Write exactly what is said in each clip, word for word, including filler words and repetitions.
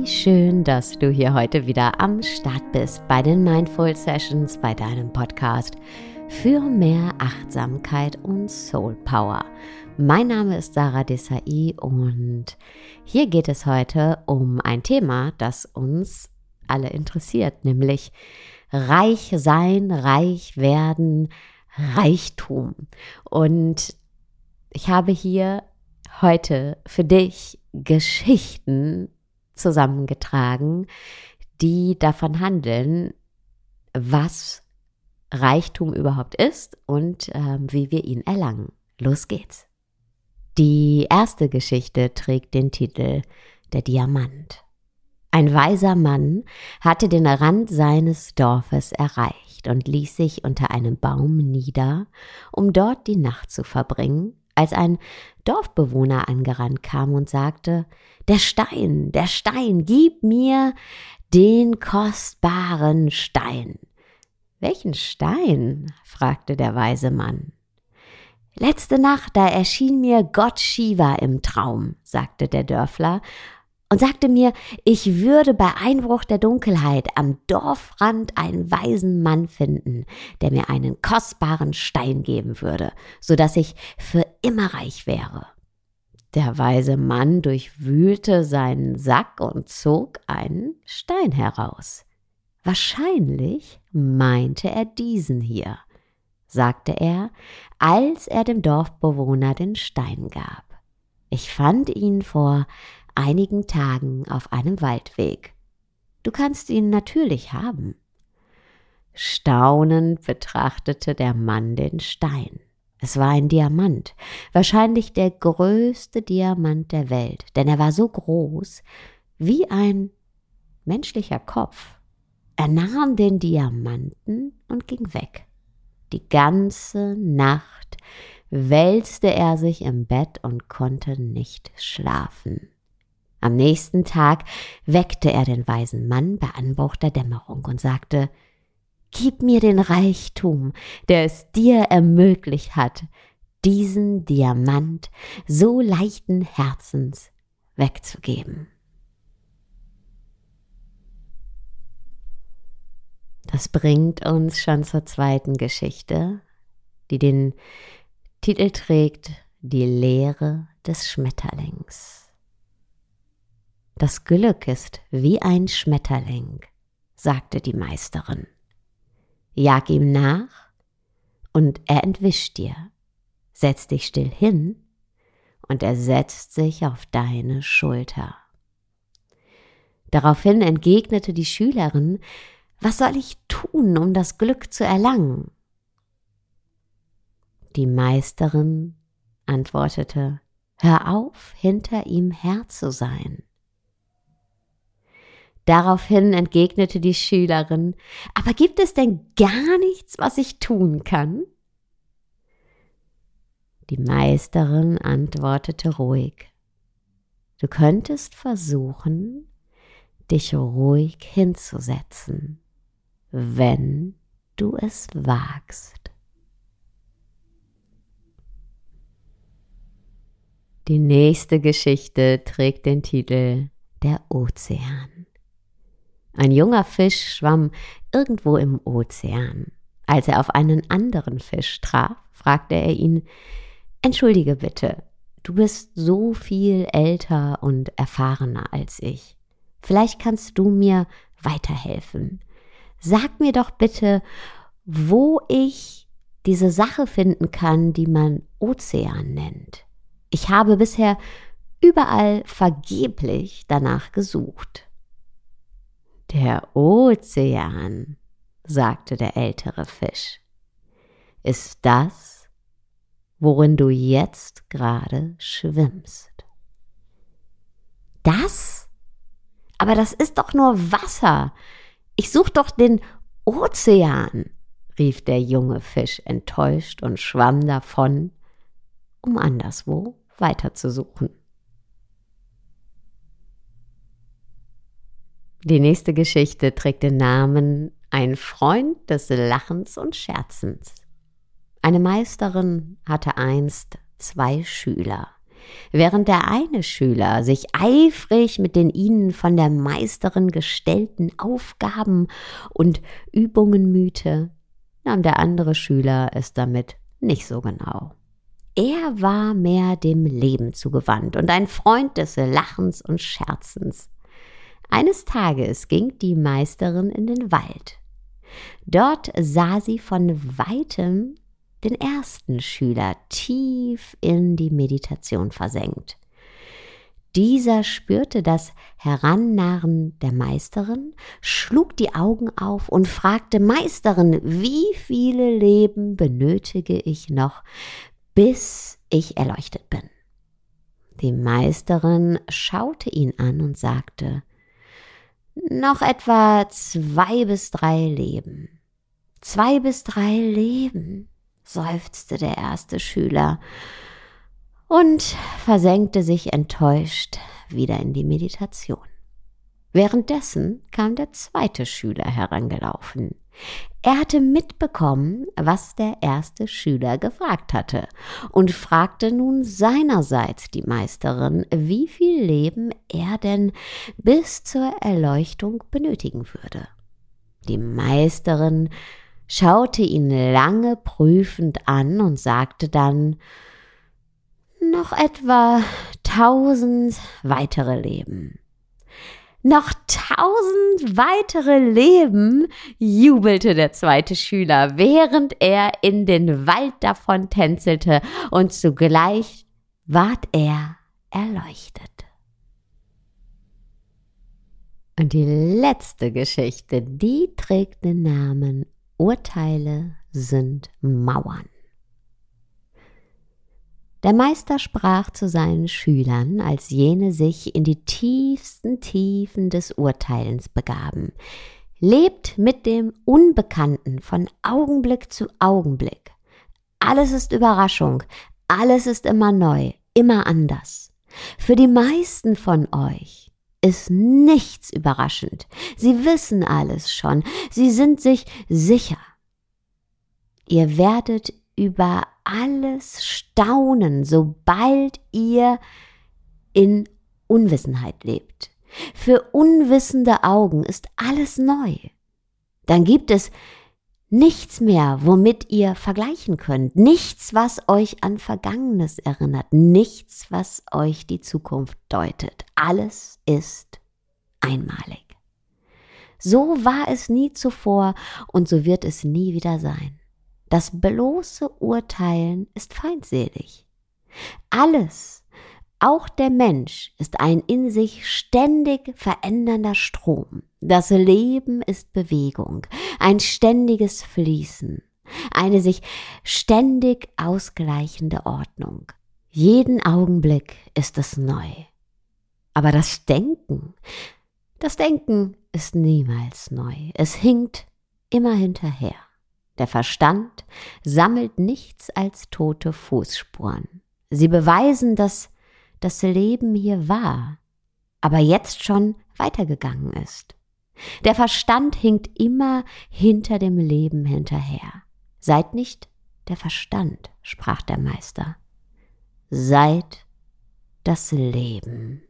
schön, dass du hier heute wieder am Start bist bei den Mindful Sessions, bei deinem Podcast für mehr Achtsamkeit und Soul Power. Mein Name ist Sarah Desai und hier geht es heute um ein Thema, das uns alle interessiert, nämlich reich sein, reich werden, Reichtum. Und ich habe hier heute für dich Geschichten zusammengetragen, die davon handeln, was Reichtum überhaupt ist und äh, wie wir ihn erlangen. Los geht's. Die erste Geschichte trägt den Titel Der Diamant. Ein weiser Mann hatte den Rand seines Dorfes erreicht und ließ sich unter einem Baum nieder, um dort die Nacht zu verbringen, als ein Dorfbewohner angerannt kam und sagte: Der Stein, der Stein, gib mir den kostbaren Stein. Welchen Stein? Fragte der weise Mann. Letzte Nacht, da erschien mir Gott Shiva im Traum, sagte der Dörfler, und sagte mir, ich würde bei Einbruch der Dunkelheit am Dorfrand einen weisen Mann finden, der mir einen kostbaren Stein geben würde, so dass ich für immer reich wäre. Der weise Mann durchwühlte seinen Sack und zog einen Stein heraus. Wahrscheinlich meinte er diesen hier, sagte er, als er dem Dorfbewohner den Stein gab. Ich fand ihn vor einigen Tagen auf einem Waldweg. Du kannst ihn natürlich haben. Staunend betrachtete der Mann den Stein. Es war ein Diamant, wahrscheinlich der größte Diamant der Welt, denn er war so groß wie ein menschlicher Kopf. Er nahm den Diamanten und ging weg. Die ganze Nacht wälzte er sich im Bett und konnte nicht schlafen. Am nächsten Tag weckte er den weisen Mann bei Anbruch der Dämmerung und sagte: Gib mir den Reichtum, der es dir ermöglicht hat, diesen Diamant so leichten Herzens wegzugeben. Das bringt uns schon zur zweiten Geschichte, die den Titel trägt: Die Lehre des Schmetterlings. Das Glück ist wie ein Schmetterling, sagte die Meisterin. Jag ihm nach und er entwischt dir. Setz dich still hin und er setzt sich auf deine Schulter. Daraufhin entgegnete die Schülerin: Was soll ich tun, um das Glück zu erlangen? Die Meisterin antwortete: Hör auf, hinter ihm her zu sein. Daraufhin entgegnete die Schülerin: Aber gibt es denn gar nichts, was ich tun kann? Die Meisterin antwortete ruhig: Du könntest versuchen, dich ruhig hinzusetzen, wenn du es wagst. Die nächste Geschichte trägt den Titel Der Ozean. Ein junger Fisch schwamm irgendwo im Ozean. Als er auf einen anderen Fisch traf, fragte er ihn: Entschuldige bitte, du bist so viel älter und erfahrener als ich. Vielleicht kannst du mir weiterhelfen. Sag mir doch bitte, wo ich diese Sache finden kann, die man Ozean nennt. Ich habe bisher überall vergeblich danach gesucht. Der Ozean, sagte der ältere Fisch, ist das, worin du jetzt gerade schwimmst. Das? Aber das ist doch nur Wasser. Ich suche doch den Ozean, rief der junge Fisch enttäuscht und schwamm davon, um anderswo weiterzusuchen. Die nächste Geschichte trägt den Namen Ein Freund des Lachens und Scherzens. Eine Meisterin hatte einst zwei Schüler, Während der eine Schüler sich eifrig mit den ihnen von der Meisterin gestellten Aufgaben und Übungen mühte, nahm der andere Schüler es damit nicht so genau. Er war mehr dem Leben zugewandt und ein Freund des Lachens und Scherzens. Eines Tages ging die Meisterin in den Wald. Dort sah sie von Weitem den ersten Schüler tief in die Meditation versenkt. Dieser spürte das Herannarren der Meisterin, schlug die Augen auf und fragte: Meisterin, wie viele Leben benötige ich noch, bis ich erleuchtet bin? Die Meisterin schaute ihn an und sagte: Noch etwa zwei bis drei Leben. Zwei bis drei Leben, seufzte der erste Schüler und versenkte sich enttäuscht wieder in die Meditation. Währenddessen kam der zweite Schüler herangelaufen. Er hatte mitbekommen, was der erste Schüler gefragt hatte und fragte nun seinerseits die Meisterin, wie viel Leben er denn bis zur Erleuchtung benötigen würde. Die Meisterin schaute ihn lange prüfend an und sagte dann: Noch etwa tausend weitere Leben. Noch tausend weitere Leben, jubelte der zweite Schüler, während er in den Wald davon tänzelte, und zugleich ward er erleuchtet. Und die letzte Geschichte, die trägt den Namen Urteile sind Mauern. Der Meister sprach zu seinen Schülern, als jene sich in die tiefsten Tiefen des Urteilens begaben: Lebt mit dem Unbekannten von Augenblick zu Augenblick. Alles ist Überraschung, alles ist immer neu, immer anders. Für die meisten von euch ist nichts überraschend. Sie wissen alles schon, sie sind sich sicher. Ihr werdet über alles staunen, sobald ihr in Unwissenheit lebt. Für unwissende Augen ist alles neu. Dann gibt es nichts mehr, womit ihr vergleichen könnt. Nichts, was euch an Vergangenes erinnert. Nichts, was euch die Zukunft deutet. Alles ist einmalig. So war es nie zuvor und so wird es nie wieder sein. Das bloße Urteilen ist feindselig. Alles, auch der Mensch, ist ein in sich ständig verändernder Strom. Das Leben ist Bewegung, ein ständiges Fließen, eine sich ständig ausgleichende Ordnung. Jeden Augenblick ist es neu. Aber das Denken, das Denken ist niemals neu. Es hinkt immer hinterher. Der Verstand sammelt nichts als tote Fußspuren. Sie beweisen, dass das Leben hier war, aber jetzt schon weitergegangen ist. Der Verstand hinkt immer hinter dem Leben hinterher. Seid nicht der Verstand, sprach der Meister. Seid das Leben.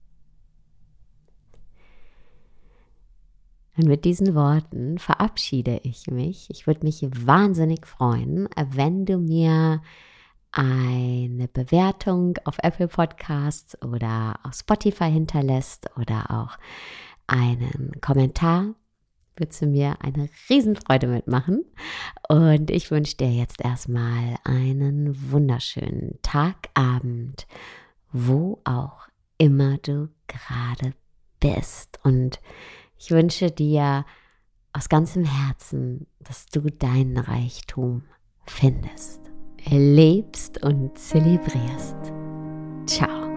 Und mit diesen Worten verabschiede ich mich. Ich würde mich wahnsinnig freuen, wenn du mir eine Bewertung auf Apple Podcasts oder auf Spotify hinterlässt oder auch einen Kommentar. Würdest du mir eine Riesenfreude mitmachen. Und ich wünsche dir jetzt erstmal einen wunderschönen Tag, Abend, wo auch immer du gerade bist. Und ich wünsche dir aus ganzem Herzen, dass du deinen Reichtum findest, erlebst und zelebrierst. Ciao.